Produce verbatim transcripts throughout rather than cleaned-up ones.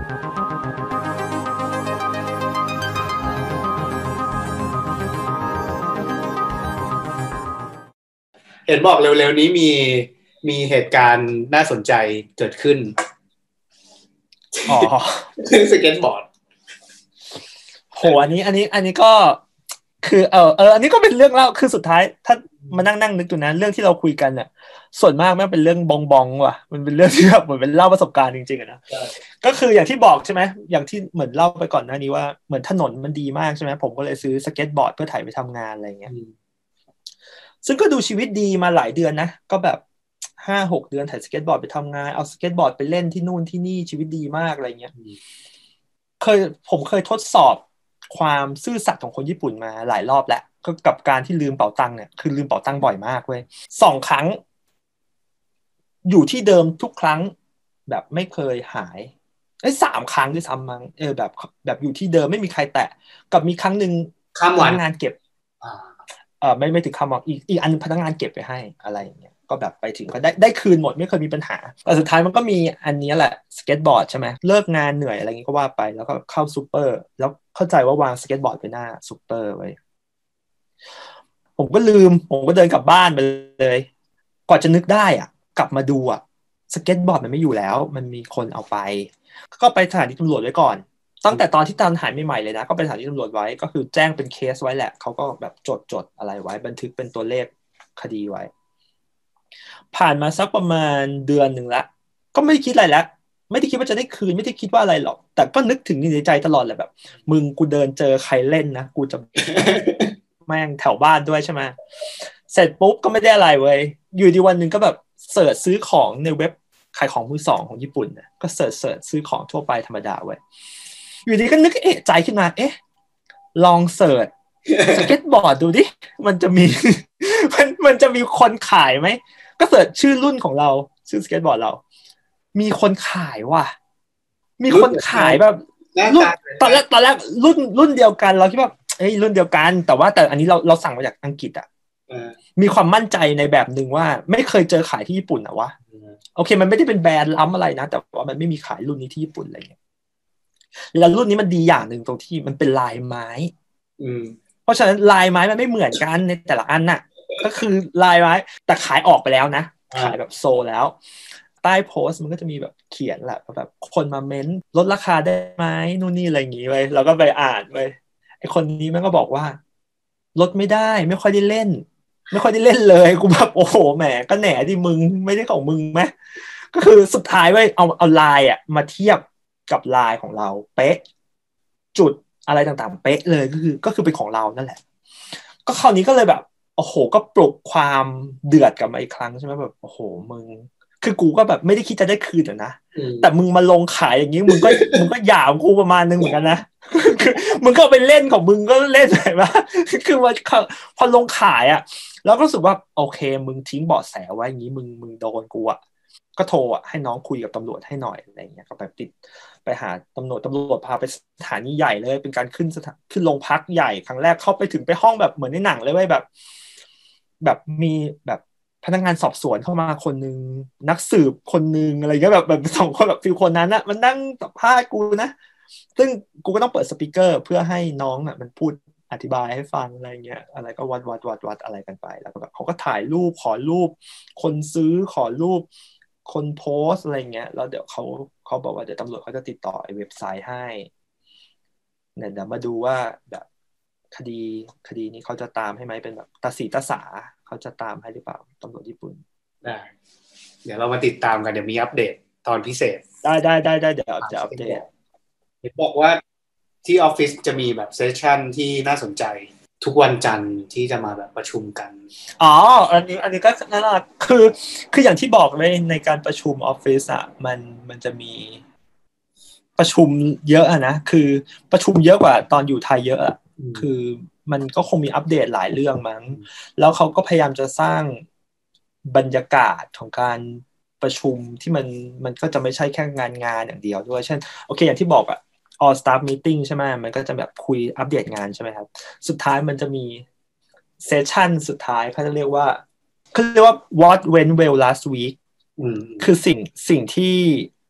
เห็นบอกเร็วๆนี้มีมีเหตุการณ์น่าสนใจเกิดขึ้นอ๋อเรื่องสเก็ตบอร์ดโหอันนี้อันนี้อันนี้ก็คือเออเอออันนี้ก็เป็นเรื่องเล่าคือสุดท้ายถ้ามานั่งนั่งนึกดูนะเรื่องที่เราคุยกันเนี่ยส่วนมากมันเป็นเรื่องบองบองว่ะมันเป็นเรื่องที่แบบเหมือนเป็นเล่าประสบการณ์จริงๆอะนะก็คืออย่างที่บอกใช่ไหมอย่างที่เหมือนเล่าไปก่อนหน้านี้ว่าเหมือนถนนมันดีมากใช่ไหมผมก็เลยซื้อสเก็ตบอร์ดเพื่อถ่ายไปทำงานอะไรเงี้ยซึ่งก็ดูชีวิตดีมาหลายเดือนนะก็แบบห้าหกเดือนถ่ายสเก็ตบอร์ดไปทำงานเอาสเก็ตบอร์ดไปเล่นที่นู่นที่นี่ชีวิตดีมากอะไรเงี้ยเคยผมเคยทดสอบความซื่อสัตย์ของคนญี่ปุ่นมาหลายรอบแล้วก็กับการที่ลืมเป๋าตังค์เนี่ยคือลืมเป๋าตังค์บ่อยมากเว้ยสองครั้งอยู่ที่เดิมทุกครั้งแบบไม่เคยหายไอ้สามครั้งด้วยซ้ำมั้งเออแบบแบบอยู่ที่เดิมไม่มีใครแตะกับมีครั้งหนึ่งพนักงานเก็บเออไม่ไม่ถึงคำว่าอีกอีกอันพนักงานเก็บไปให้อะไรอย่างเงี้ยก็แบบไปถึงก็ได้ได้คืนหมดไม่เคยมีปัญหาแต่สุดท้ายมันก็มีอันนี้แหละสเก็ตบอร์ดใช่ไหมเลิกงานเหนื่อยอะไรอย่างงี้ก็ว่าไปแล้วก็เข้าซูเปอร์แล้วเข้าใจว่าวางสเก็ตบอร์ดไปหน้าซูเปอร์ไว้ผมก็ลืมผมก็เดินกลับบ้านไปเลยกว่าจะนึกได้อ่ะกลับมาดูอ่ะสเก็ตบอร์ดมันไม่อยู่แล้วมันมีคนเอาไปก็ไปสถานีตำรวจไว้ก่อนตั้งแต่ตอนที่ตามหายใหม่ๆเลยนะก็ไปสถานีตำรวจไว้ก็คือแจ้งเป็นเคสไว้แหละเขาก็แบบจดจดอะไรไว้บันทึกเป็นตัวเลขคดีไว้ผ่านมาสักประมาณเดือนหนึ่งละก็ไม่ได้คิดอะไรแล้วไม่ได้คิดว่าจะได้คืนไม่ได้คิดว่าอะไรหรอกแต่ก็นึกถึงในใจตลอดเลยแบบมึงกูเดินเจอใครเล่นนะกูจะแม่งแถวบ้านด้วยใช่ไหมเสร็จปุ๊บก็ไม่ได้อะไรเว้ยอยู่ดีวันหนึ่งก็แบบเสิร์ชซื้อของในเว็บขายของมือสองของญี่ปุ่นนะก็เสิร์ชเสิร์ชซื้อของทั่วไปธรรมดาเว้ยอยู่ดีก็นึกเอ๊ะใจขึ้นมาเอ๊ะลองเสิร์ชสเก็ตบอร์ดดูดิมันจะมีมันมันจะมีคนขายไหมก็เสิร์ชชื่อรุ่นของเราชื่อสเก็ตบอร์ดเรามีคนขายว่ะมีคนขายแบบรุ่นตอนแรกตอนแรกรุ่นรุ่นเดียวกันเราคิดว่าเฮ้ยรุ่นเดียวกันแต่ว่าแต่อันนี้เราเราสั่งมาจากอังกฤษอ่ะมีความมั่นใจในแบบหนึ่งว่าไม่เคยเจอขายที่ญี่ปุ่นอ่ะวะโอเคมันไม่ได้เป็นแบรนด์ล้ำอะไรนะแต่ว่ามันไม่มีขายรุ่นนี้ที่ญี่ปุ่นอะไรเงี้ยแล้วรุ่นนี้มันดีอย่างหนึ่งตรงที่มันเป็นลายไม้เพราะฉะนั้นลายไม้มันไม่เหมือนกันในแต่ละอันน่ะก็คือลายไม้แต่ขายออกไปแล้วนะขายแบบโซแล้วใต้โพสต์มันก็จะมีแบบเขียนแหละแบบคนมาเม้นลดราคาได้ไหมนู่นนี่อะไรอย่างงี้ไว้เราก็ไปอ่านไปไอคนนี้มันก็บอกว่าลดไม่ได้ไม่ค่อยได้เล่นไม่ค่อยได้เล่นเลยกูแบบโอ้โหแหมก็แหนดิมึงไม่ได้ของมึงไหมก็คือสุดท้ายไว้เอาเอาลายอ่ะมาเทียบกับลายของเราเป๊ะจุดอะไรต่างๆเป๊ะเลยก็คือก็คือเป็นของเรานั่นแหละก็คราวนี้ก็เลยแบบโอ้โหก็ปลุกความเดือดกลับมาอีกครั้งใช่ไหมแบบโอ้โหมึงคือกูก็แบบไม่ได้คิดจะได้คืนนะแต่มึงมาลงขายอย่างนี้มึงก็มึงก็หยามกูประมาณนึงเหมือนกันนะคือมึงก็ไปเล่นของมึงก็เล่นไปว่าคือว่าพอลงขายอ่ะแล้วก็รู้สึกว่าโอเคมึงทิ้งเบาะแสไว้อย่างนี้มึงมึงโดนกูอ่ะก็โทรอ่ะให้น้องคุยกับตำรวจให้หน่อยอะไรเงี้ยก็แบบติดไปหาตำรวจตำรวจพาไปสถานีใหญ่เลยเป็นการขึ้นสถานขึ้นโรงพักใหญ่ครั้งแรกเข้าไปถึงไปห้องแบบเหมือนในหนังเลยเว้ยแบบแบบมีแบบพนักงานสอบสวนเข้ามาคนนึงนักสืบคนนึงอะไรเงี้ยแบบแบบสองคนแบบฟิลคนนั้นอะมันนั่งสัมภาษณ์กูนะซึ่งกูก็ต้องเปิดสปีกเกอร์เพื่อให้น้องอะมันพูดอธิบายให้ฟังอะไรเงี้ยอะไรก็วัดวัดวัดวัดอะไรกันไปแล้วก็แบบเขาก็ถ่ายรูปขอรูปคนซื้อขอรูปคนโพสอะไรเงี้ยแล้วเดี๋ยวเขาเขาบอกว่าเดี๋ยวตำรวจเขาจะติดต่อไอ้เว็บไซต์ให้เนี่ยเดี๋ยวมาดูว่าแบบคดีคดีนี้เขาจะตามให้ไหมเป็นแบบตาสีตาสาเขาจะตามให้หรือเปล่าตำรวจญี่ปุ่นได้เดี๋ยวเรามาติดตามกันเดี๋ยวมีอัปเดตตอนพิเศษได้ได้ได้ได้เดี๋ยวจะอัปเดตเห็นบอกว่าที่ออฟฟิศจะมีแบบเซสชั่นที่น่าสนใจทุกวันจันทร์ที่จะมาแบบประชุมกันอ๋ออันนี้อันนี้ก็นั่นแหละคือคืออย่างที่บอกเลยในการประชุมออฟฟิศอ่ะมันมันจะมีประชุมเยอะอะนะคือประชุมเยอะกว่าตอนอยู่ไทยเยอะอะคือมันก็คงมีอัปเดตหลายเรื่องมั้งแล้วเขาก็พยายามจะสร้างบรรยากาศของการประชุมที่มันมันก็จะไม่ใช่แค่งานงานอย่างเดียวด้วยเช่นโอเคอย่างที่บอกอะ all staff meeting ใช่ไหมมันก็จะแบบคุยอัปเดตงานใช่ไหมครับสุดท้ายมันจะมีเซสชั่นสุดท้ายเขาจะเรียกว่าเขาเรียกว่า what went well last week คือสิ่งสิ่งที่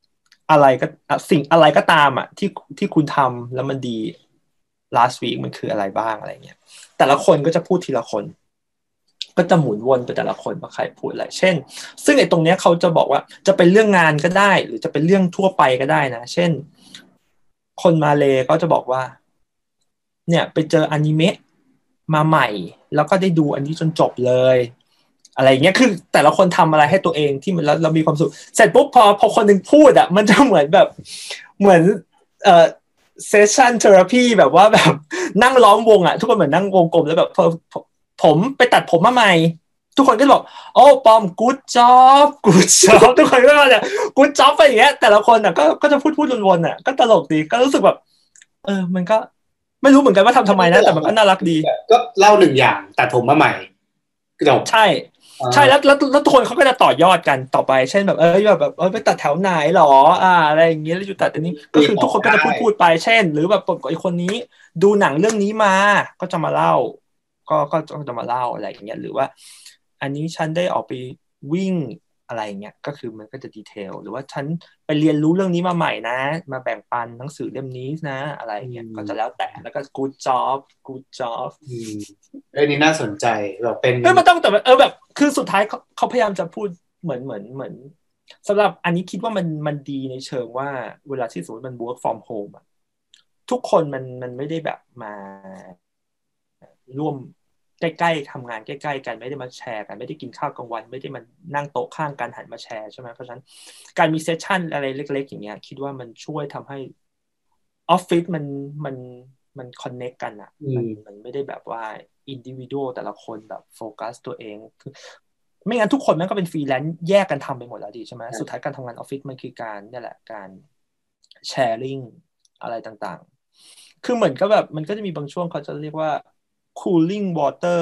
อะไรก็สิ่งอะไรก็ตามอ่ะที่ที่คุณทำแล้วมันดี last week มันคืออะไรบ้างอะไรเงี้ยแต่ละคนก็จะพูดทีละคนก็จะหมุนวนไปแต่ละคนว่าใครพูดอะไรเช่นซึ่งไอ้ตรงเนี้ยเขาจะบอกว่าจะเป็นเรื่องงานก็ได้หรือจะเป็นเรื่องทั่วไปก็ได้นะเช่นคนมาเลก็จะบอกว่าเนี่ยไปเจออนิเมะมาใหม่แล้วก็ได้ดูอันนี้จนจบเลยอะไรเงี้ยคือแต่ละคนทำอะไรให้ตัวเองที่มันแล้วเรามีความสุขเสร็จปุ๊บพอพอคนหนึ่งพูดอ่ะมันจะเหมือนแบบเหมือนเอ่อเซสชั่นเทอราพีแบบว่าแบบนั่งล้อมวงอ่ะทุกคนเหมือนนั่งวงกลมแล้วแบบพอผมไปตัดผมมาใหม่ทุกคนก็บอกโอ้ปอม good job good job ทุกคนก็จะ good job ไปอย่างเงี้ยแต่ละคนอ่ะก็ก็จะพูดพูดวนๆอ่ะก็ตลกดีก็รู้สึกแบบเออมันก็ไม่รู้เหมือนกันว่าทำทำไมนะแต่มันก็น่ารักดีก็เล่าหนึ่งอย่างตัดผมมาใหม่จบใช่ใช่แล้วแล้วแล้วทุกคนเขาก็จะต่อยอดกันต่อไปเช่นแบบเออแบบแบบเออไปตัดแถวไหนหรออ่าอะไรอย่างเงี้ยแล้วอยู่ตัดอันนี้ก็คือทุกคนก็จะพูดพูดไปเช่นหรือแบบไอ้คนนี้ดูหนังเรื่องนี้มาก็จะมาเล่าก็ก็จะมาเล่าอะไรอย่างเงี้ยหรือว่าอันนี้ฉันได้ออกไปวิ่งอะไรเงี้ยก็คือมันก็จะดีเทลหรือว่าฉันไปเรียนรู้เรื่องนี้มาใหม่นะมาแบ่งปันหนังสือเล่มนี้นะอะไรเงี้ยก็จะแล้วแต่แล้วก็ good job good job อืมเรื่องนี้น่าสนใจแบบเป็นเออมันต้องแต่เออแบบคือสุดท้ายเขาเขาพยายามจะพูดเหมือนเหมือนเหมือนสำหรับอันนี้คิดว่ามันมันดีในเชิงว่าเวลาที่สมมติมัน work from home อะทุกคนมันมันไม่ได้แบบมาร่วมใกล้ๆทำงานใกล้ๆกันไม่ได้มาแชร์กันไม่ได้กินข้าวกลางวันไม่ได้มานั่งโต๊ะข้างกันหันมาแชร์ใช่ไหมเพราะฉะนั้นการมีเซสชั่นอะไรเล็กๆอย่างเงี้ยคิดว่ามันช่วยทำให้ออฟฟิศมันมันมันคอนเนคกันอ่ะมันมันไม่ได้แบบว่าอินดิวิวดแต่ละคนแบบโฟกัสตัวเองคือไม่งั้นทุกคนมันก็เป็นฟรีแลนซ์แยกกันทำไปหมดแล้วดีใช่ไหมสุดท้ายการทำงานออฟฟิศมันคือการนี่แหละการแชร์ลิงอะไรต่างๆคือเหมือนก็แบบมันก็จะมีบางช่วงเขาจะเรียกว่า cooling water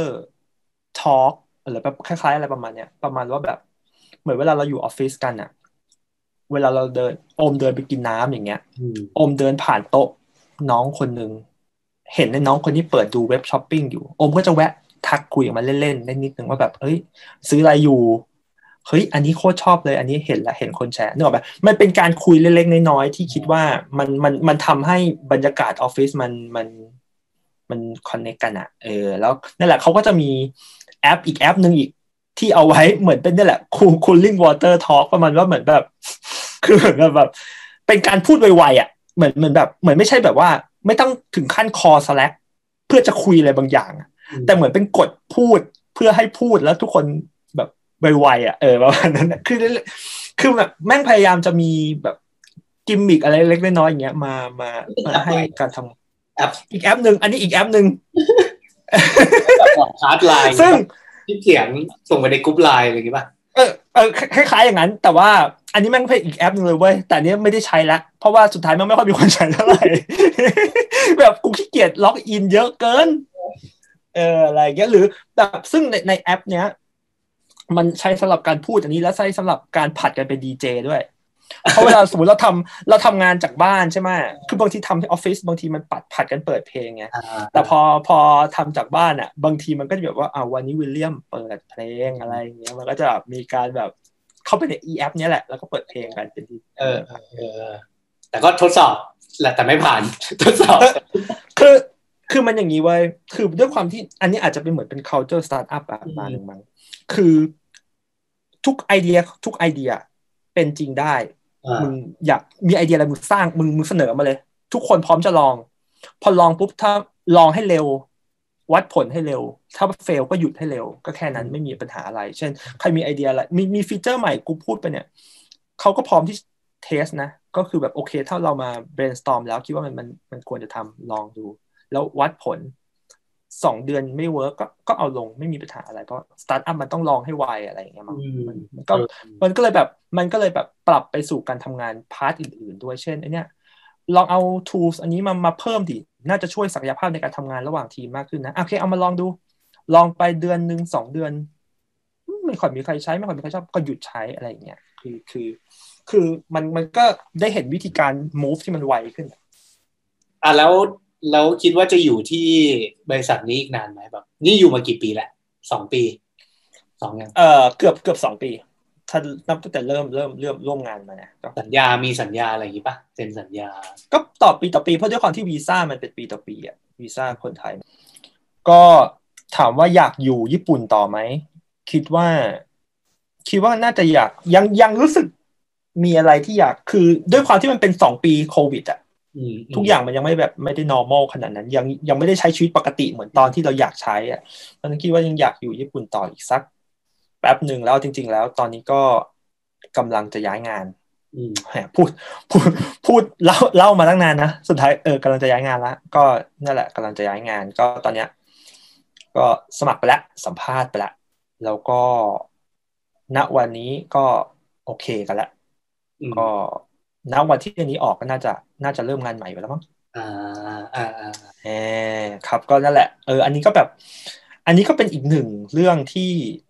talk อะไรแบบคล้ายๆอะไรประมาณเนี้ยประมาณว่าแบบเหมือนเวลาเราอยู่ออฟฟิศกันอะเวลาเราเดินโอมเดินไปกินน้ำอย่างเงี้ยโอมเดินผ่านโต๊ะน้องคนหนึ่งเห็นในน้องคนนี้เปิดดูเว็บช้อปปิ้งอยู่โอมก็จะแวะทักคุยออกมาเล่นๆได้นิดนึงว่าแบบเฮ้ยซื้ออะไรอยู่เฮ้ยอันนี้โคตรชอบเลยอันนี้เห็นละเห็นคนแชร์นึกออกไหมมันเป็นการคุยเล็กๆน้อยๆที่คิดว่ามันมันมันทำให้บรรยากาศออฟฟิศมันมันมันคอนเนคกันอะเออแล้วนั่นแหละเขาก็จะมีแอปอีกแอปหนึ่งอีกที่เอาไว้เหมือนเป็นนี่แหละคูลคูลลิ่งวอเตอร์ทอล์กประมาณว่าเหมือนแบบคือเหมือนแบบเป็นการพูดไวๆอ่ะเหมือนเหมือนแบบเหมือนไม่ใช่แบบว่าไม่ต้องถึงขั้นคอสแลกเพื่อจะคุยอะไรบางอย่างแต่เหมือนเป็นกฎพูดเพื่อให้พูดแล้วทุกคนแบบไวๆอ่ะเออประมาณนั้นคือคือแบบแม่งพยายามจะมีแบบกิมมิกอะไรเล็กน้อยอย่างเงี้ยมามามาให้การทำแอปอีกแอปหนึ่งอันนี้อีกแอปหนึ่งแบบชาร์จไลน์ซึ่งที่เขียนส่งไปในกรุ๊ปไลน์อะไรอย่างงี้ป่ะเออเออคล้ายๆอย่างนั้นแต่ว่าอันนี้แม่งเป็นอีกแอปนึงเลยเว้ยแต่อันนี้ไม่ได้ใช้แล้วเพราะว่าสุดท้ายมันไม่ค่อยมีคนใช้เท่าไหร่ แบบกูขี้เกียจล็อกอินเยอะเกินเอออะไรเงี้ยหรือแบบซึ่งในในแอปเนี้ยมันใช้สำหรับการพูดอันนี้แล้วใช้สำหรับการผัดกันเป็นดีเจด้วยเพราะเวลาสมมติเราทำเราทำงานจากบ้านใช่ไหมคือบางทีทำที่ออฟฟิศบางทีมันปัดผัดกันเปิดเพลงไงแต่พอพอทำจากบ้านอ่ะบางทีมันก็จะแบบว่าอ่าวันนี้วิลเลียมเปิดเพลงอะไรอย่างเงี้ยมันก็จะมีการแบบเข้าไปในอีแอปเนี้ยแหละแล้วก็เปิดเพลงกันเป็นที่เออเออแต่ก็ทดสอบแหละแต่ไม่ผ่านทดสอบคือคือมันอย่างนี้เว้ยคือด้วยความที่อันนี้อาจจะเป็นเหมือนเป็น culture startup แบบมาหนึ่งมั้งคือทุกไอเดียทุกไอเดียเป็นจริงได้มึงอยากมีไอเดียอะไรมึงสร้างมึงมึงเสนอมาเลยทุกคนพร้อมจะลองพอลองปุ๊บถ้าลองให้เร็ววัดผลให้เร็วถ้าเฟลก็หยุดให้เร็วก็แค่นั้นไม่มีปัญหาอะไรเช่นใครมีไอเดียอะไรมีมีฟีเจอร์ใหม่กูพูดไปเนี่ยเขาก็พร้อมที่เทสนะก็คือแบบโอเคถ้าเรามา brainstorm แล้วคิดว่ามันมันมันควรจะทำลองดูแล้ววัดผลสองเดือนไม่เวิร์กก็ก็เอาลงไม่มีปัญหาอะไรเพราะสตาร์ทอัพมันต้องลองให้ไวอะไรอย่างเงี้ยมันมันก็มันก็เลยแบบมันก็เลยแบบปรับไปสู่การทำงานพาร์ทอื่นๆด้วยเช่นไอเนี้ยลองเอา tools อันนี้มามาเพิ่มดิน่าจะช่วยศักยภาพในการทำงานระหว่างทีมมากขึ้นนะโอเคเอามาลองดูลองไปเดือนหนึ่งสองเดือนไม่ค่อยมีใครใช้ไม่ค่อยมีใครชอบก็หยุดใช้อะไรอย่างเงี้ยคือคือคือมันมันก็ได้เห็นวิธีการ move ที่มันไวขึ้นอ่ะแล้วแล้วคิดว่าจะอยู่ที่บริษัทนี้อีกนานไหมแบบนี่อยู่มากี่ปีแล้วสองปีสองยังเออเกือบเกือบสองปีถ้านับตั้งแต่เริ่มเริ่มเริ่มร่วมงานมานะก็สัญญามีสัญญาอะไรอย่างงี้ป่ะเซ็นสัญญาก็ต่อปีต่อปีเพราะด้วยความที่วีซ่ามันเป็นปีต่อปีอะวีซ่าคนไทยก็ถามว่าอยากอยู่ญี่ปุ่นต่อไหมคิดว่าคิดว่าน่าจะอยากยังยังรู้สึกมีอะไรที่อยากคือด้วยความที่มันเป็นสองปีโควิดอะทุกอย่างมันยังไม่แบบไม่ได้ normal ขนาดนั้นยังยังไม่ได้ใช้ชีวิตปกติเหมือนตอนที่เราอยากใช้อ่ะเพราะฉะนั้นคิดว่ายังอยากอยู่ญี่ปุ่นต่ออีกสักแป๊บหนึ่งแล้วจริงๆแล้วตอนนี้ก็กำลังจะย้ายงานพูดพูดพูดเล่าเล่ามาตั้งนานนะสุดท้ายเออกำลังจะย้ายงานแล้วก็นั่นแหละกำลังจะย้ายงานก็ตอนเนี้ยก็สมัครไปแล้วสัมภาษณ์ไปแล้วแล้วก็ณวันนี้ก็โอเคกันแล้วก็ณวันที่อันนี้ออกก็น่าจะน่าจะเริ่มงานใหม่ไปแล้วมั้งอ่าอ่าอ่าเออครับก็นั่นแหละเอออันนี้ก็แบบอันนี้ก็เป็นอีกหนึ่งเรื่องที่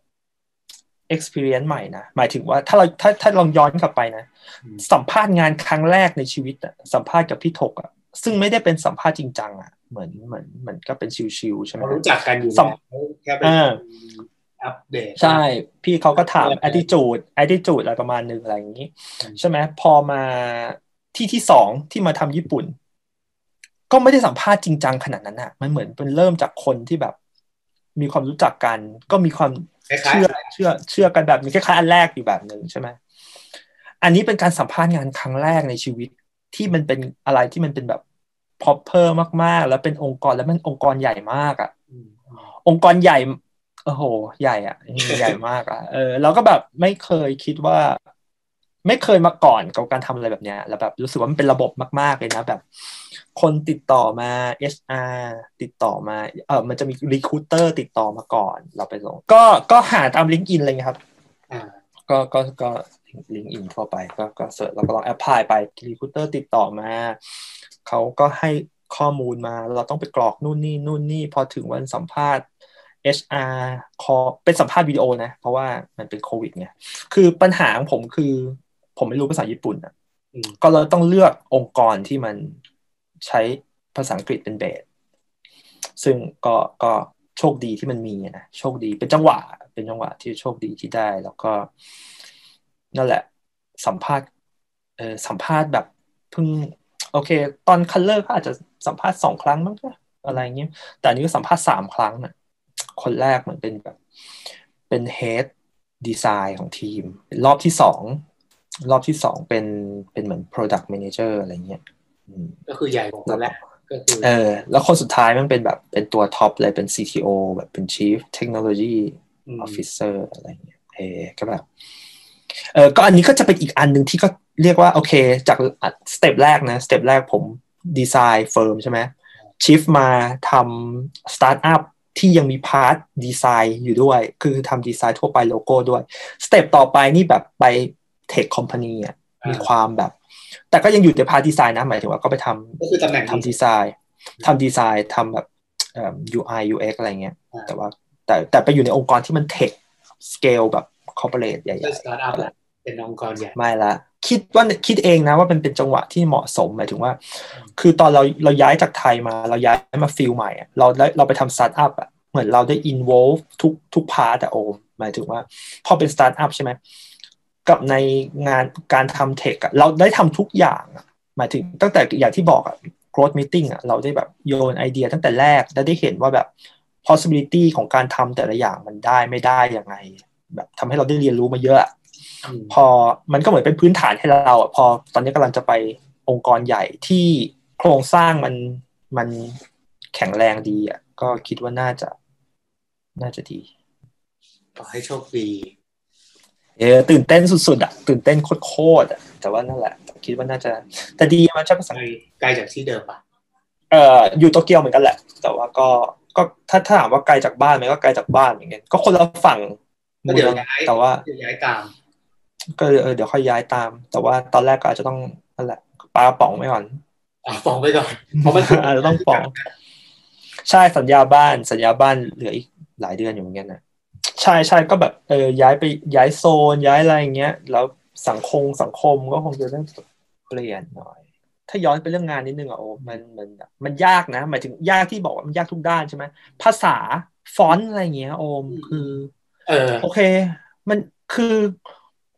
experience ใหม่นะหมายถึงว่าถ้าเราถ้าถ้าลองย้อนกลับไปนะสัมภาษณ์งานครั้งแรกในชีวิตอะสัมภาษณ์กับพี่ถกอะซึ่งไม่ได้เป็นสัมภาษณ์จริงจังอะเหมือนเหมือนเหมือนก็เป็นชิวๆใช่ไหมรู้จักกันอยู่แล้วแค่เป็นอัปเดตใช่พี่เขาก็ถาม attitude attitude อะไรประมาณนึงอะไรอย่างนี้ใช่ไหมพอมาที่ที่สองที่มาทำญี่ปุ่นก็ไม่ได้สัมภาษณ์จริงจังขนาดนั้นอ่ะมันเหมือนเป็นเริ่มจากคนที่แบบมีความรู้จักกันก็มีความเชื่อเชื่อเชื่อกันแบบมีคล้ายๆอันแรกอยู่แบบหนึ่งใช่ไหมอันนี้เป็นการสัมภาษณ์งานครั้งแรกในชีวิตที่มันเป็นอะไรที่มันเป็นแบบ proper มากๆแล้วเป็นองค์กรแล้วมันองค์กรใหญ่มากอ่ะองค์กรใหญ่โอ้โหใหญ่อ่ะใหญ่มากอ่ะเออเราก็แบบไม่เคยคิดว่าไม่เคยมาก่อนกับการทำอะไรแบบเนี้ยแล้วแบบรู้สึกว่ามันเป็นระบบมากๆเลยนะแบบคนติดต่อมา เอช อาร์ ติดต่อมาเออมันจะมี recruiter ติดต่อมาก่อนเราไปลงก็ก็หาตาม LinkedIn อะไรเงี้ยครับก็ก็ก็ลิงก์อินทั่วไปก็ก็เสิร์ชแล้วก็ลองแอปพลายไป recruiter ติดต่อมาเขาก็ให้ข้อมูลมาเราต้องไปกรอกนู่นนี่นู่นนี่พอถึงวันสัมภาษณ์ เอช อาร์ คอเป็นสัมภาษณ์วิดีโอนะเพราะว่ามันเป็นโควิดไงคือปัญหาของผมคือผมไม่รู้ภาษาญี่ปุ่นอ่ะก็เราต้องเลือกองค์กรที่มันใช้ภาษาอังกฤษเป็นเบสซึ่งก็ก็โชคดีที่มันมีนะโชคดีเป็นจังหวะเป็นจังหวะที่โชคดีที่ได้แล้วก็นั่นแหละสัมภาษณ์เออสัมภาษณ์แบบเพิ่งโอเคตอนคัลเลอร์ก็อาจจะสัมภาษณ์สองครั้งมั้งอะไรเงี้ยแต่อันนี้ก็สัมภาษณ์สามครั้งน่ะคนแรกเหมือนเป็นแบบเป็น head design ของทีมรอบที่สองรอบที่สองเป็นเป็นเหมือน product manager อะไรเงี้ยก็คือใหญ่กว่าคนแรกก็คือเออแล้วคนสุดท้ายมันเป็นแบบเป็นตัวท็อปเลยเป็น ซี ที โอ แบบเป็น Chief Technology Officer อะไรเงี้ยเออก็แบบเออก็อันนี้ก็จะเป็นอีกอันหนึ่งที่ก็เรียกว่าโอเคจากสเต็ปแรกนะสเต็ปแรกผมดีไซน์เฟิร์มใช่ไหมชิฟมาทำสตาร์ทอัพที่ยังมีพาร์ทดีไซน์อยู่ด้วยคือทำดีไซน์ทั่วไปโลโก้ด้วยสเต็ปต่อไปนี่แบบไปเทคคอมพานีอ่ะมีความแบบแต่ก็ยังอยู่ในพาร์ทดีไซน์นะหมายถึงว่าก็ไปทำก็คือตำแหน่งทำดีไซน์ทำดีไซน์ทำแบบเอ่อ ยู ไอ ยู เอ็กซ์ อะไรเงี้ยแต่ว่าแต่แต่ไปอยู่ในองค์กรที่มันเทคสเกลแบบคอร์ปอเรทใหญ่ๆสตาร์ทอัพเป็นองค์กรใหญ่ไม่ละคิดว่าคิดเองนะว่าเป็นเป็นจังหวะที่เหมาะสมหมายถึงว่าคือตอนเราเราย้ายจากไทยมาเราย้ายมาฟิลใหม่อ่ะเราเราไปทำสตาร์ทอัพอ่ะเหมือนเราได้ involve ทุกทุกพาร์ทแต่โอมหมายถึงว่าพอเป็นสตาร์ทอัพใช่ไหมกับในงานการทำเทคอ่ะเราได้ทำทุกอย่างหมายถึงตั้งแต่อย่างที่บอกอ่ะ growth meeting อ่ะเราได้แบบโยนไอเดียตั้งแต่แรกแล้วได้เห็นว่าแบบ possibility ของการทำแต่ละอย่างมันได้ไม่ได้ยังไงแบบทำให้เราได้เรียนรู้มาเยอะพอมันก็เหมือนเป็นพื้นฐานให้เราอ่ะพอตอนนี้กำลังจะไปองค์กรใหญ่ที่โครงสร้างมันมันแข็งแรงดีอ่ะก็คิดว่าน่าจะน่าจะดีขอให้โชคดีเออตื่นเต้นสุดๆอ่ะตื่นเต้นโคตรๆอ่ะแต่ว่านั่นแหละคิดว่าน่าจะแต่ดีมันใช่ภาษาไกลจากที่เดิมปะเอ่ออยู่โตเกียวเหมือนกันแหละแต่ว่าก็ก็ถ้าถ้าถามว่าไกลจากบ้านไหมก็ไกลจากบ้านอย่างเงี้ยก็คนละฝั่งก็เดี๋ยวย้ายแต่ว่าย้ายตามก็เออเดี๋ยวค่อยย้ายตามแต่ว่าตอนแรกก็อาจจะต้องนั่นแหละปลากระป๋องไว้ก่อนอ๋อฟ้องไว้ก่อนเพราะมันอาจจะต้องฟ้องใช่สัญญาบ้านสัญญาบ้านเหลืออีกหลายเดือนอยู่เหมือนกันนะใช่ใช่ก็แบบเออย้ายไปย้ายโซนย้ายอะไรอย่างเงี้ยแล้วสังคมสังคมก็คงจะต้องเปลี่ยนหน่อยถ้าย้อนไปเรื่องงานนิดนึงอ่ะโอ้มันมันมันยากนะหมายถึงยากที่บอกว่ามันยากทุกด้านใช่ไหมภาษาฟอนต์อะไรเงี้ยโอมคือเออโอเคมันคือ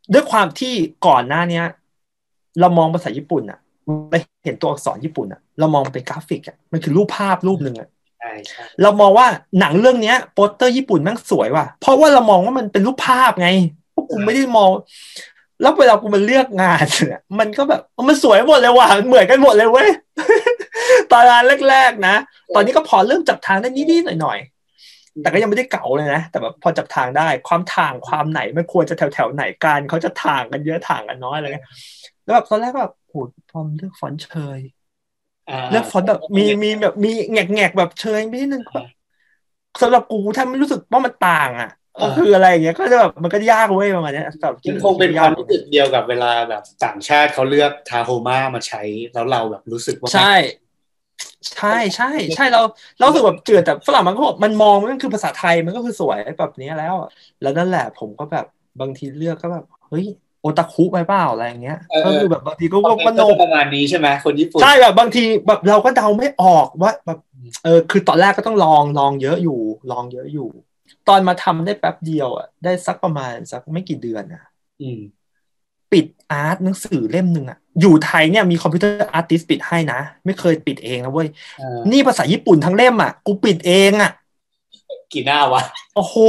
ด้วยความที่ก่อนหน้านี้เรามองภาษาญี่ปุ่นอ่ะไปเห็นตัวอักษรญี่ปุ่นอ่ะเรามองเป็นกราฟิกอ่ะมันคือรูปภาพรูปหนึ่งอ่ะใช่ใช่เรามองว่าหนังเรื่องนี้โปสเตอร์ญี่ปุ่นแม่งสวยว่ะเพราะว่าเรามองว่ามันเป็นรูปภาพไงพวกกูไม่ได้มองแล้วเวลากูมันเลือกงานเนี่ยมันก็แบบมันสวยหมดเลยว่ะเหมือนกันหมดเลยเว้ยตอนแรกๆนะตอนนี้ก็พอเริ่มจับทางได้นิดๆหน่อยๆแต่ก็ยังไม่ได้เก่าเลยนะแต่แบบพอจับทางได้ความถ่างความไหนมันควรจะแถวๆไหนกันเขาจะถ่างกันเยอะถ่างกันน้อยอะไรเงี้ยแล้วแบบตอนแรกก็แบบโหพอเลือกฟอนต์เชยเลือกฟอนต์แบบมีมีแบบมีแงกแงกแบบเชยไม่นิดนึงแบบสำหรับกูถ้าไม่รู้สึกว่ามันต่างอ่ะก็คืออะไรอย่างเงี้ยก็จะแบบมันก็ยากเว้ยประมาณนี้สำหรับมันคงเป็นความรู้สึกเดียวกับเวลาแบบต่างชาติเขาเลือกทาโฮมามาใช้แล้วเราแบบรู้สึกว่าใช่ใช่ใช่ใช่เราเราสึกแบบเจือแต่ฝรั่งมันก็บอกมันมองมันคือภาษาไทยมันก็คือสวยแบบนี้แล้วแล้วนั่นแหละผมก็แบบบางทีเลือกก็แบบเฮ้ยโอตาคุไปเปล่าอะไรอย่างเงี้ยก็คือแบบบางทีก็ก็โนประมาณนี้ใช่ไหมคนญี่ปุ่นใช่แบบบางทีแบบเราก็เดาไม่ออกว่าแบบเออคือตอนแรกก็ต้องลองลองเยอะอยู่ลองเยอะอยู่ตอนมาทำได้แป๊บเดียวอ่ะได้สักประมาณสักไม่กี่เดือนอ่ะปิดอาร์ตหนังสือเล่มหนึ่งอ่ะอยู่ไทยเนี่ยมีคอมพิวเตอร์อาร์ติสปิดให้นะไม่เคยปิดเองนะเว้ยนี่ภาษาญี่ปุ่นทั้งเล่มอ่ะกูปิดเองอ่ะกี่หน้าวะโอ้โห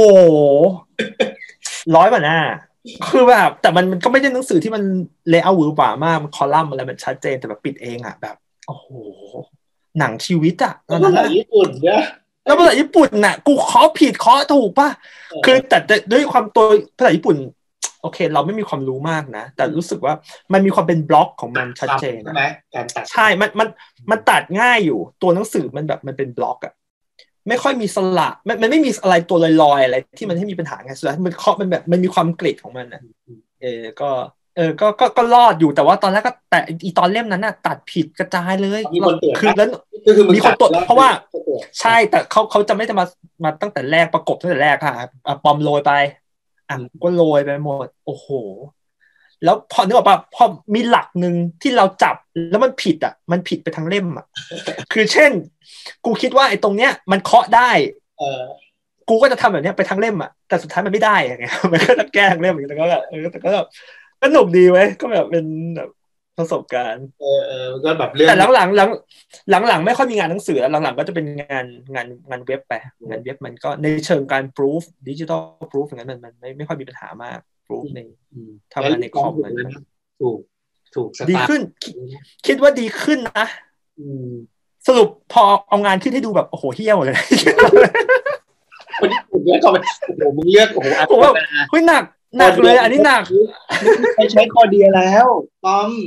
ร้อยกว่าหน้าคือแบบแต่มันมันก็ไม่ได้หนังสือที่มันเลเยอร์หวือหวามากมันคอลัมน์อะไรมันชัดเจนแต่แบบปิดเองอ่ะแบบโอ้โหหนังชีวิตอ่ะภาษาญี่ปุ่นเนี่ยแล้วภาษาญี่ปุ่นน่ะกูเคาะผิดเคาะถูกป่ะคือแต่ด้วยความตัวภาษาญี่ปุ่นโอเคเราไม่มีความรู้มากนะแต่รู้สึกว่ามันมีความเป็นบล็อกของมันชัดเจนใช่ไหมการตัดใช่มันมันมันตัดง่ายอยู่ตัวหนังสือมันแบบมันเป็นบล็อกอะไม่ค่อยมีสระมันมันไม่มีอะไรตัวลอยๆอะไรที่มันให้มีปัญหาไงสุดท้ายมันเคาะมันแบบมันมีความกริดของมันอะเออก็เออก็ก็ก็รอดอยู่แต่ว่าตอนแรกก็แต่อีตอนเล่มนั้นน่ะตัดผิดกระจายเลยมีคนตรวจคือแล้วมีคนตรวจเพราะว่าใช่แต่เขาเขาจะไม่จะมามาตั้งแต่แรกประกบตั้งแต่แรกค่ะปอมโรยไปอ่ะก็โรยไปหมดโอ้โหแล้วพอนึกออกป่ะพอมีหลักหนึ่งที่เราจับแล้วมันผิดอ่ะมันผิดไปทั้งเล่มอ่ะคือเช่นกูคิดว่าไอ้ตรงเนี้ยมันเคาะได้เออกูก็จะทำแบบเนี้ยไปทั้งเล่มอ่ะแต่สุดท้ายมันไม่ได้อย่างเงี้ยมันก็จะแก้ทั้งเล่มอย่างเงี้ยแต่ก็แบบเออแต่ก็แบบสนุกดีเว้ยก็แบบเป็นแบบประสบการณ์เออเออก็แบบเรื่องแต่หลังหลังหลังหลังหลังไม่ค่อยมีงานหนังสือหลังหลังก็จะเป็นงานงานงานเว็บไปงานเว็บมันก็ในเชิงการ proof digital proof อย่างนั้นมันมันไม่ไม่ค่อยมีปัญหามาก proof ในทำงานในคอมมันถูกถูกดีขึ้นคิดว่าดีขึ้นนะสรุปพอเอางานขึ้นให้ดูแบบโอ้โหเฮี้ยวเลยคนญี่ปุ่นเนี่ยก็แบบโอ้โหมึงเลือกโอ้โหอัดมาเฮ้ยหนักหนักเลยอันนี้หนักไม่ใช้คอเดียแล้วปอม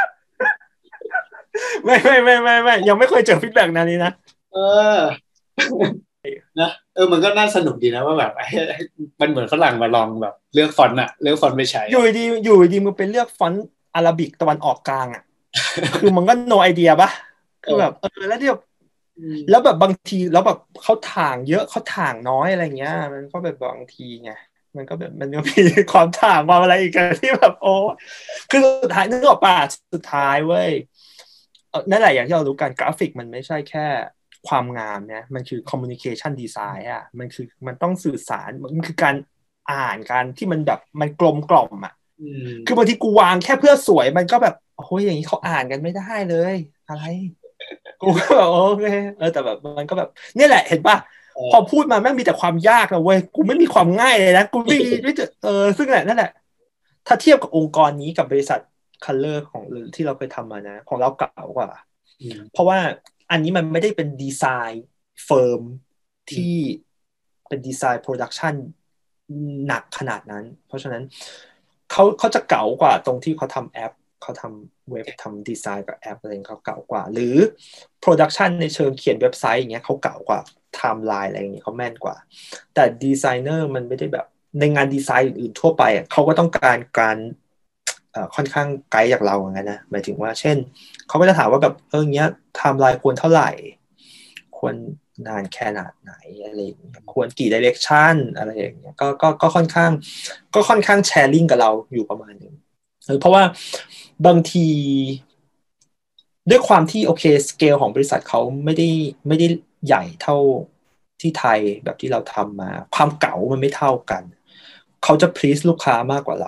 ไม่ไม่ไม่ไม่ไม่ยังไม่เคยเจอฟีดแบ็กนั้นนี้นะเออนะเออมันก็น่าสนุกดีนะว่าแบบมันเหมือนฝรั่งมาลองแบบเลือกฟอนต์อะเลือกฟอนต์ไปใช้อยู่ดีอยู่ดีมึงเป็นเลือกฟอนต์อาราบิกตะวันออกกลางอะคือมันก็โนไอเดียป่ะคือแบบเออแล้วเดี๋ยวแล้วแบบบางทีแล้วแบบเขาถ่างเยอะเขาถ่างน้อยอะไรเงี้ยมันก็แบบบางทีไงมันก็แบบมันก็มีความถ่างความอะไรอีกที่แบบโอ้คือสุดท้ายนึกออกป่ะสุดท้ายเว้ยนั่นแหละอย่างที่เรารู้กันกราฟิกมันไม่ใช่แค่ความงามนะมันคือ communication design อ่ะมันคือมันต้องสื่อสารมันคือการอ่านการที่มันแบบมันกลมกล่อมอ่ะคือบางทีกูวางแค่เพื่อสวยมันก็แบบโอ้ยอย่างนี้เขาอ่านกันไม่ได้เลยอะไรกูก็แบบโอเคเออแต่แบบมันก็แบบนี่แหละเห็นป่ะพอพูดมาแม่งมีแต่ความยากนะเว้ยกูไม่มีความง่ายเลยนะกูไม่ไม่เจอเออซึ่งแหละนั่นแหละถ้าเทียบกับองค์กรนี้กับบริษัท Color ของที่เราเคยทำมานะของเราเก่ากว่าเพราะว่าอันนี้มันไม่ได้เป็นดีไซน์เฟิร์มที่เป็นดีไซน์โปรดักชันหนักขนาดนั้นเพราะฉะนั้นเขาเขาจะเก๋ากว่าตรงที่เขาทำแอปเขาทำเว็บทำดีไซน์กับแอปอะไรเขาเก๋ากว่าหรือโปรดักชันในเชิงเขียนเว็บไซต์อย่างเงี้ยเขาเก๋ากว่าไทม์ไลน์อะไรอย่างเงี้ยเขาแม่นกว่าแต่ดีไซเนอร์มันไม่ได้แบบในงานดีไซน์อื่นทั่วไปเขาก็ต้องการการค่อนข้างไกด์จากเราอย่างนั้นนะหมายถึงว่าเช่นเขาก็จะถามว่าแบบเออเงี้ยไทม์ไลน์ควรเท่าไหร่ควรนานแค่ไหนอะไรอย่างเงี้ยควรกี่ direction อะไรอย่างเงี้ยก็ก็ก็ค่อนข้างก็ค่อนข้างแชร์ลิงกับเราอยู่ประมาณนึงเพราะว่าบางทีด้วยความที่โอเคสเกลของบริษัทเขาไม่ได้ไม่ได้ใหญ่เท่าที่ไทยแบบที่เราทำมาความเก๋ามันไม่เท่ากันเขาจะ please ลูกค้ามากกว่าเรา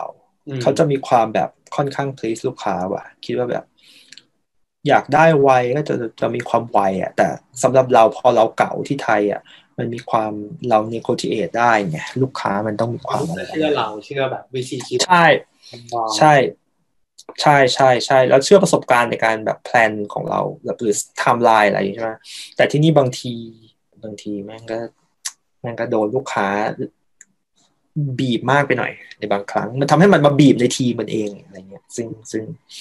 เขาจะมีความแบบค่อนข้าง please ลูกค้าว่ะคิดว่าแบบอยากได้ไวก็จะจะมีความไวอ่ะแต่สำหรับเราพอเราเก่าที่ไทยอ่ะมันมีความเรา negotiate ได้ไงลูกค้ามันต้องมีความอะไรเชื่อเราเชื่อแบบวิธีคิดใช่ใช่ใช่ใช่ใช่แล้วเชื่อประสบการณ์ในการแบบแพลนของเราหรือไทม์ไลน์อะไรใช่ไหมแต่ที่นี่บางทีบางทีแม่งก็แม่งก็โดนลูกค้าบีบมากไปหน่อยในบางครั้งมันทำให้มันมาบีบในทีมมันเองอะไรเงี้ยซึ่งซึ่ง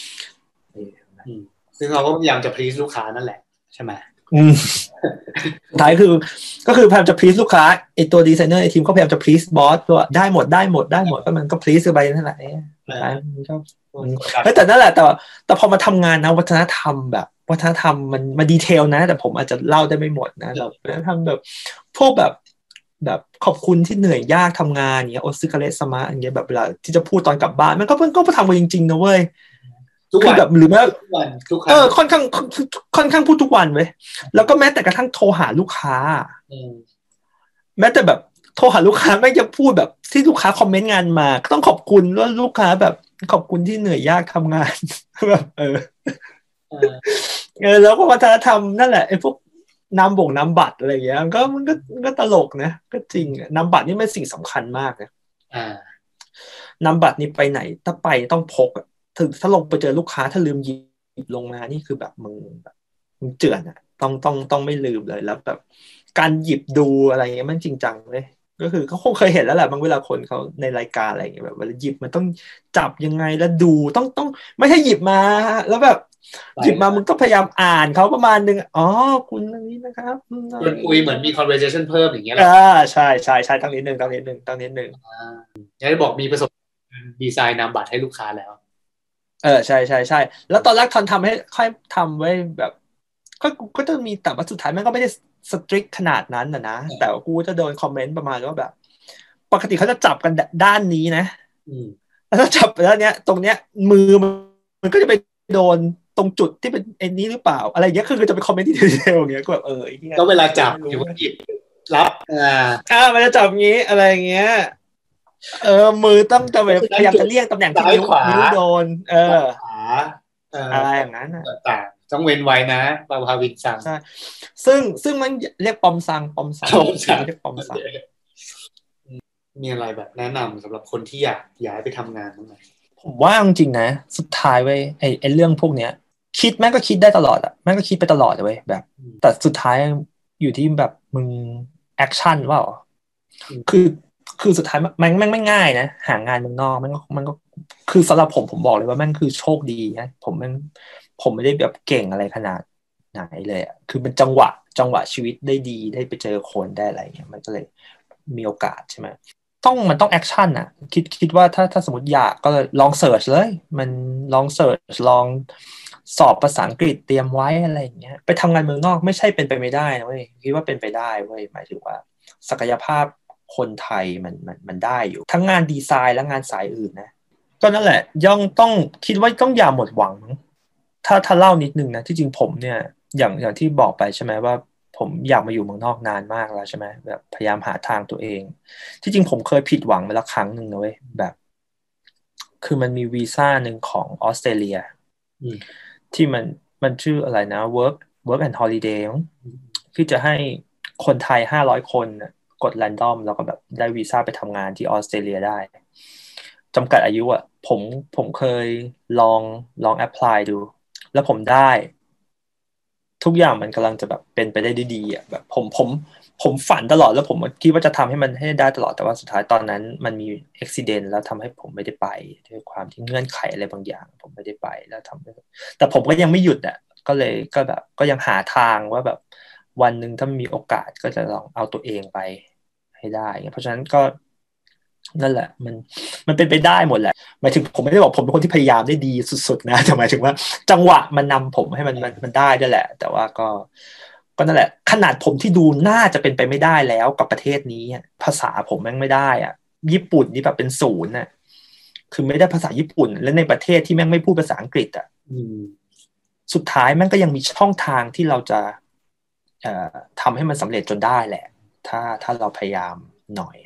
ซึ่งเราก็พยายามจะ please ลูกค้านั่นแหละใช่ไหมอืมสุดท้ายคือก็คือพยายามจะ please ลูกค้าไอตัวดีไซเนอร์ในทีมก็พยายามจะ please บอสตัวได้หมดได้หมดได้หมดก็มันก็ please ไปนั่นแหละสุดท้ายมันก็แต่นั่นแหละแต่แต่พอมาทำงานนะวัฒนธรรมแบบวัฒนธรรมมันมาดีเทลนะแต่ผมอาจจะเล่าได้ไม่หมดนะแบบวัฒนธรรมแบบพวกแบบแบบขอบคุณที่เหนื่อยยากทำงานอย่างเงี้ยโอซึคาเรสมาอย่างเงี้ยแบบเวลาที่จะพูดตอนกลับบ้านมันก็เพิ่งก็ทำมาจริงๆนะเว้ยคือแบบหรือแม้เออค่อนข้างค่อนข้างพูดทุกวันเว้ยแล้วก็แม้แต่กระทั่งโทรหาลูกค้าแม้แต่แบบโทรหาลูกค้าไม่ยังพูดแบบที่ลูกค้าคอมเมนต์งานมาก็ต้องขอบคุณว่าลูกค้าแบบขอบคุณที่เหนื่อยยากทำงานแบบเออเออแล้วก็วัฒนธรรมนั่นแหละไอ้พวกนามบ่งนามบัตรอะไรอย่างเงี้ยก็มันก็ก็ตลกนะก็จริงนามบัตรนี่เป็นสิ่งสำคัญมากนะนามบัตรนี่ไปไหนถ้าไปต้องพกถึงถ้าลงไปเจอลูกค้าถ้าลืมหยิบลงมานี่คือแบบมึงแบบมึงเจือนอ่ะต้องต้องต้องไม่ลืมเลยแล้วแบบการหยิบดูอะไรเงี้ยมันจริงจังเลยก็คือเขาคงเคยเห็นแล้วแหละบางเวลาคนเขาในรายการอะไรเงี้ยแบบเวลาหยิบมันต้องจับยังไงแล้วดูต้องต้องไม่ใช่หยิบมาแล้วแบบหยิบมามึงก็พยายามอ่านเขาประมาณนึงอ๋อคุณอันนี้นะครับมันคุยเหมือนมี conversation เพิ่มอย่างเงี้ยหรออ่าใช่ใช่ใช่ต้องนิดนึงต้องนิดนึงต้องนิดนึงอ่าอย่างที่บอกมีประสบดีไซน์นามบัตรให้ลูกค้าแล้วเออใช่ใช่ใช่แล้วตอนแรกทอนทำให้ค่อยทำไว้แบบก็ก็จะมีแต่ว่าสุดท้ายมันก็ไม่ได้สตริกขนาดนั้นนะนะแต่กูจะโดนคอมเมนต์ประมาณว่าแบบปกติเขาจะจับกันด้านนี้นะแล้วถ้าจับด้านเนี้ยตรงเนี้ยมือมันก็จะไปโดนตรงจุดที่เป็นเอ็นนี้หรือเปล่าอะไรเงี้ยคือจะเป็นคอมเมนต์ที่ดีเทลอย่างเงี้ยก็แบบเออก็เวลาจับหรือว่าหยิบรับอ่าอ่ามันจะจับงี้อะไรเงี้ยเออมือต้องจะพยายามจะเลี่ยงตำแหน่งที่นิ้วนิ้วโดนเอออะไรอย่างนั้นต่างๆต้องเว้นไว้นะบาพาวินซังใช่ซึ่งซึ่งมันเรียกปอมซังปอมซังเรียกปอมซังมีอะไรแบบแนะนำสำหรับคนที่อยากย้ายไปทำงานบ้างไหมผมว่าจริงๆนะสุดท้ายเว้ยไอ้ไอ้เรื่องพวกเนี้ยคิดแม่งก็คิดได้ตลอดอ่ะแม่งก็คิดไปตลอดเลยเว้ยแบบแต่สุดท้ายอยู่ที่แบบมึงแอคชั่นว่าคือคือสุดท้ายมันแม่งไม่ง่ายนะหางานเมืองนอกมันก็มันก็คือสำหรับผมผมบอกเลยว่าแม่งคือโชคดีนะผมแม่งผมไม่ได้แบบเก่งอะไรขนาดไหนเลยอ่ะคือเป็นจังหวะจังหวะชีวิตได้ดีได้ไปเจอคนได้อะไรเงี้ยมันก็เลยมีโอกาสใช่ไหมต้องมันต้องแอคชั่นอ่ะคิดคิดว่าถ้าถ้าสมมติอยากก็ลองเสิร์ชเลยมันลองเสิร์ชลองสอบภาษาอังกฤษเตรียมไว้อะไรอย่างเงี้ยไปทำงานเมืองนอกไม่ใช่เป็นไปไม่ได้นะเว้ยคิดว่าเป็นไปได้เว้ยหมายถึงว่าศักยภาพคนไทยมันมันมันได้อยู่ทั้งงานดีไซน์และงานสายอื่นนะก็นั่นแหละย่องต้องคิดว่าต้องอย่าหมดหวังถ้าถ้าเล่านิดนึงนะที่จริงผมเนี่ยอย่างอย่างที่บอกไปใช่ไหมว่าผมอยากมาอยู่เมืองนอกนานมากแล้วใช่ไหมแบบพยายามหาทางตัวเองที่จริงผมเคยผิดหวังมาแล้วครั้งหนึ่งนะเว้ยแบบคือมันมีวีซ่าหนึ่งของออสเตรเลียที่มันมันชื่ออะไรนะ work work and holiday ที่จะให้คนไทยห้าร้อยคนกดแรนดอมแล้วก็แบบได้วีซ่าไปทำงานที่ออสเตรเลียได้จำกัดอายุอ่ะผมผมเคยลองลองแอพพลายดูแล้วผมได้ทุกอย่างมันกำลังจะแบบเป็นไปได้ดีอ่ะแบบผมผมผมฝันตลอดแล้วผมคิดว่าจะทำให้มันให้ได้ตลอดแต่ว่าสุดท้ายตอนนั้นมันมีอุบิเหตุแล้วทำให้ผมไม่ได้ไปด้วยความที่เงื่อนไขอะไรบางอย่างผมไม่ได้ไปแล้วทำให้แต่ผมก็ยังไม่หยุดอ่ะก็เลยก็แบบก็ยังหาทางว่าแบบวันหนึ่งถ้ามีโอกาสก็จะลองเอาตัวเองไปให้ได้เพราะฉะนั้นก็นั่นแหละมันมันเป็นไปได้หมดแหละหมายถึงผมไม่ได้บอกผมเป็นคนที่พยายามได้ดีสุดๆนะแต่หมายถึงว่าจังหวะมันนำผมให้มันมันมันได้ด้วยแหละแต่ว่าก็ก็นั่นแหละขนาดผมที่ดูน่าจะเป็นไปไม่ได้แล้วกับประเทศนี้ภาษาผมแม่งไม่ได้อ่ะญี่ปุ่นนี่แบบเป็นศูนย์น่ะคือไม่ได้ภาษาญี่ปุ่นและในประเทศที่แม่งไม่พูดภาษาอังกฤษอ่ะสุดท้ายแม่งก็ยังมีช่องทางที่เราจะเอ่อทำให้มันสำเร็จจนได้แหละถ้าถ้าเราพยายามหน่อยนะ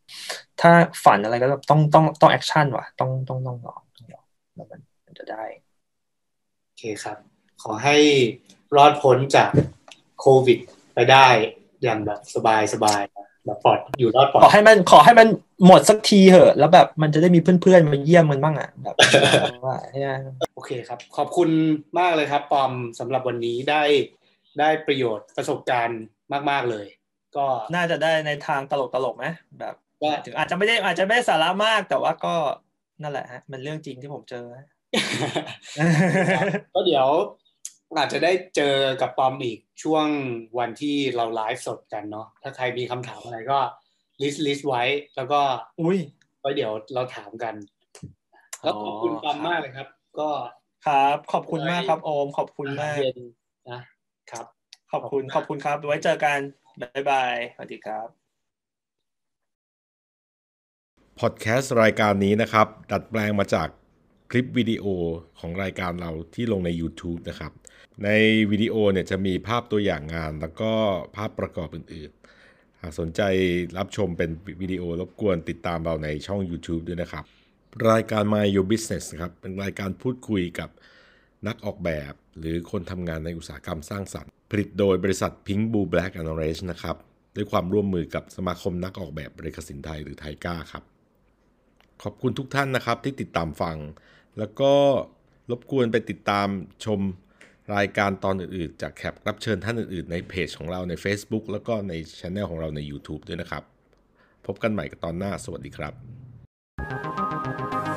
ถ้าฝันอะไรก็ต้องต้องต้องแอคชั่นว่ะต้องต้องต้องลองต้องลองแล้วมันมันจะได้โอเคครับขอให้รอดพ้นจากโควิดไปได้อย่างแบบสบายสบายแบบปลอดอยู่รอดปลอดขอให้มันขอให้มันหมดสักทีเหอะแล้วแบบมันจะได้มีเพื่อนๆมาเยี่ยมมันบ้างอ่ะแบบว่าโอเคครับขอบคุณมากเลยครับปอมสำหรับวันนี้ได้ได้ประโยชน์ประสบการณ์มากๆเลยก็น่าจะได้ในทางตลกๆไหมแบบถึงอาจจะไม่ได้อาจจะไม่ได้สาระมากแต่ว่าก็นั่นแหละฮะมันเรื่องจริงที่ผมเจอก็เดี๋ยวอาจจะได้เจอกับปอมอีกช่วงวันที่เราไลฟ์สดกันเนาะถ้าใครมีคำถามอะไรก็ลิสต์ลิสต์ไว้แล้วก็อุ้ยไว้เดี๋ยวเราถามกันแล้วขอบคุณปอมมากเลยครับก็ครับขอบคุณมากครับโอมขอบคุณมากเย็นนะครับขอบคุณขอบคุณครับไว้เจอกันบ๊ายบายสวัสดีครับพอดแคสต์รายการนี้นะครับดัดแปลงมาจากคลิปวิดีโอของรายการเราที่ลงใน YouTube นะครับในวิดีโอเนี่ยจะมีภาพตัวอย่างงานแล้วก็ภาพประกอบอื่นๆหากสนใจรับชมเป็นวิดีโอรบกวนติดตามเราในช่อง YouTube ด้วยนะครับรายการ My Your Business ครับเป็นรายการพูดคุยกับนักออกแบบหรือคนทำงานในอุตสาหกรรมสร้างสรรค์ผลิตโดยบริษัท Pink Blue Black and Orange นะครับด้วยความร่วมมือกับสมาคมนักออกแบบเรขสินไทยหรือไทก้าครับขอบคุณทุกท่านนะครับที่ติดตามฟังแล้วก็รบกวนไปติดตามชมรายการตอนอื่นๆจากแขกรับเชิญท่านอื่นๆในเพจของเราใน Facebook แล้วก็ใน Channel ของเราใน YouTube ด้วยนะครับพบกันใหม่กับตอนหน้าสวัสดีครับ